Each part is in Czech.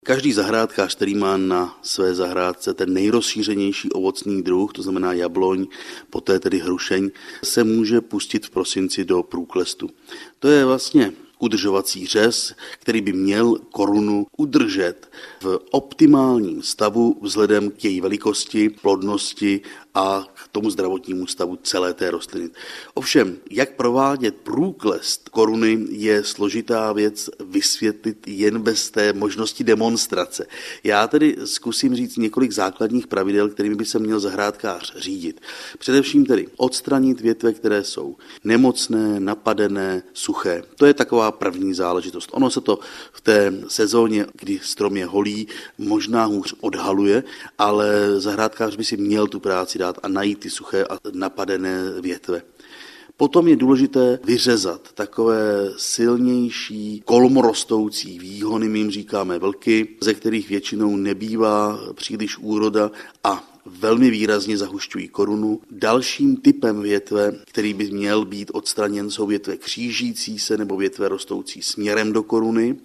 Každý zahrádkář, který má na své zahrádce ten nejrozšířenější ovocný druh, to znamená jabloň, poté tedy hrušeň, se může pustit v prosinci do průklestu. To je vlastně udržovací řez, který by měl korunu udržet v optimálním stavu vzhledem k její velikosti, plodnosti a k tomu zdravotnímu stavu celé té rostliny. Ovšem, jak provádět průklest koruny je složitá věc vysvětlit jen bez té možnosti demonstrace. Já tedy zkusím říct několik základních pravidel, kterými by se měl zahrádkář řídit. Především tedy odstranit větve, které jsou nemocné, napadené, suché. To je taková první záležitost. Ono se to v té sezóně, kdy strom je holý, možná hůř odhaluje, ale zahrádkář by si měl tu práci dát a najít ty suché a napadené větve. Potom je důležité vyřezat takové silnější kolmorostoucí výhony, my jim říkáme vlky, ze kterých většinou nebývá příliš úroda a velmi výrazně zahušťují korunu. Dalším typem větve, který by měl být odstraněn, jsou větve křížící se nebo větve rostoucí směrem do koruny.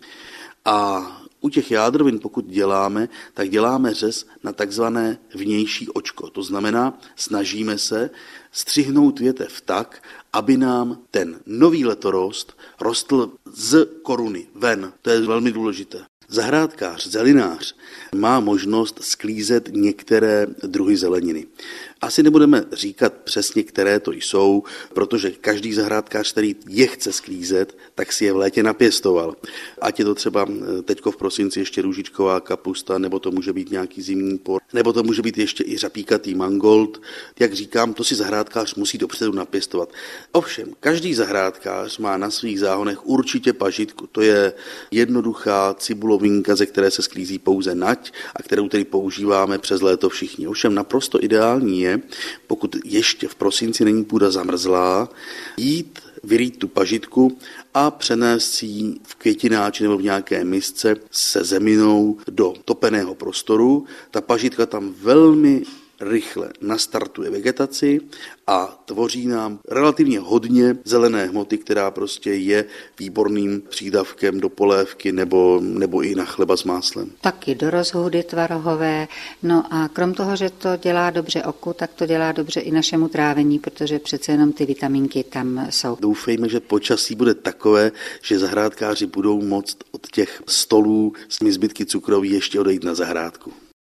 A u těch jádrovin, pokud děláme, tak děláme řez na takzvané vnější očko. To znamená, snažíme se střihnout větev tak, aby nám ten nový letorost rostl z koruny ven. To je velmi důležité. Zahrádkář, zelinář má možnost sklízet některé druhy zeleniny. Asi nebudeme říkat přesně, které to jsou, protože každý zahrádkář, který je chce sklízet, tak si je v létě napěstoval. Ať je to třeba teďko v prosinci ještě růžičková kapusta, nebo to může být nějaký zimní por, nebo to může být ještě i řapíkatý mangold. Jak říkám, to si zahrádkář musí dopředu napěstovat. Ovšem, každý zahrádkář má na svých záhonech určitě pažitku. To je jednoduchá cibulovinka, ze které se sklízí pouze nať a kterou tedy používáme přes léto všichni. Ovšem naprosto ideální je, pokud ještě v prosinci není půda zamrzlá, jít, vyrýt tu pažitku a přenést si ji v květináči nebo v nějaké misce se zeminou do topeného prostoru. Ta pažitka tam velmi rychle nastartuje vegetaci a tvoří nám relativně hodně zelené hmoty, která prostě je výborným přídavkem do polévky nebo i na chleba s máslem. Taky do rozhůdy tvarohové. No a krom toho, že to dělá dobře oku, tak to dělá dobře i našemu trávení, protože přece jenom ty vitaminky tam jsou. Doufejme, že počasí bude takové, že zahrádkáři budou moct od těch stolů s zbytky cukroví ještě odejít na zahrádku.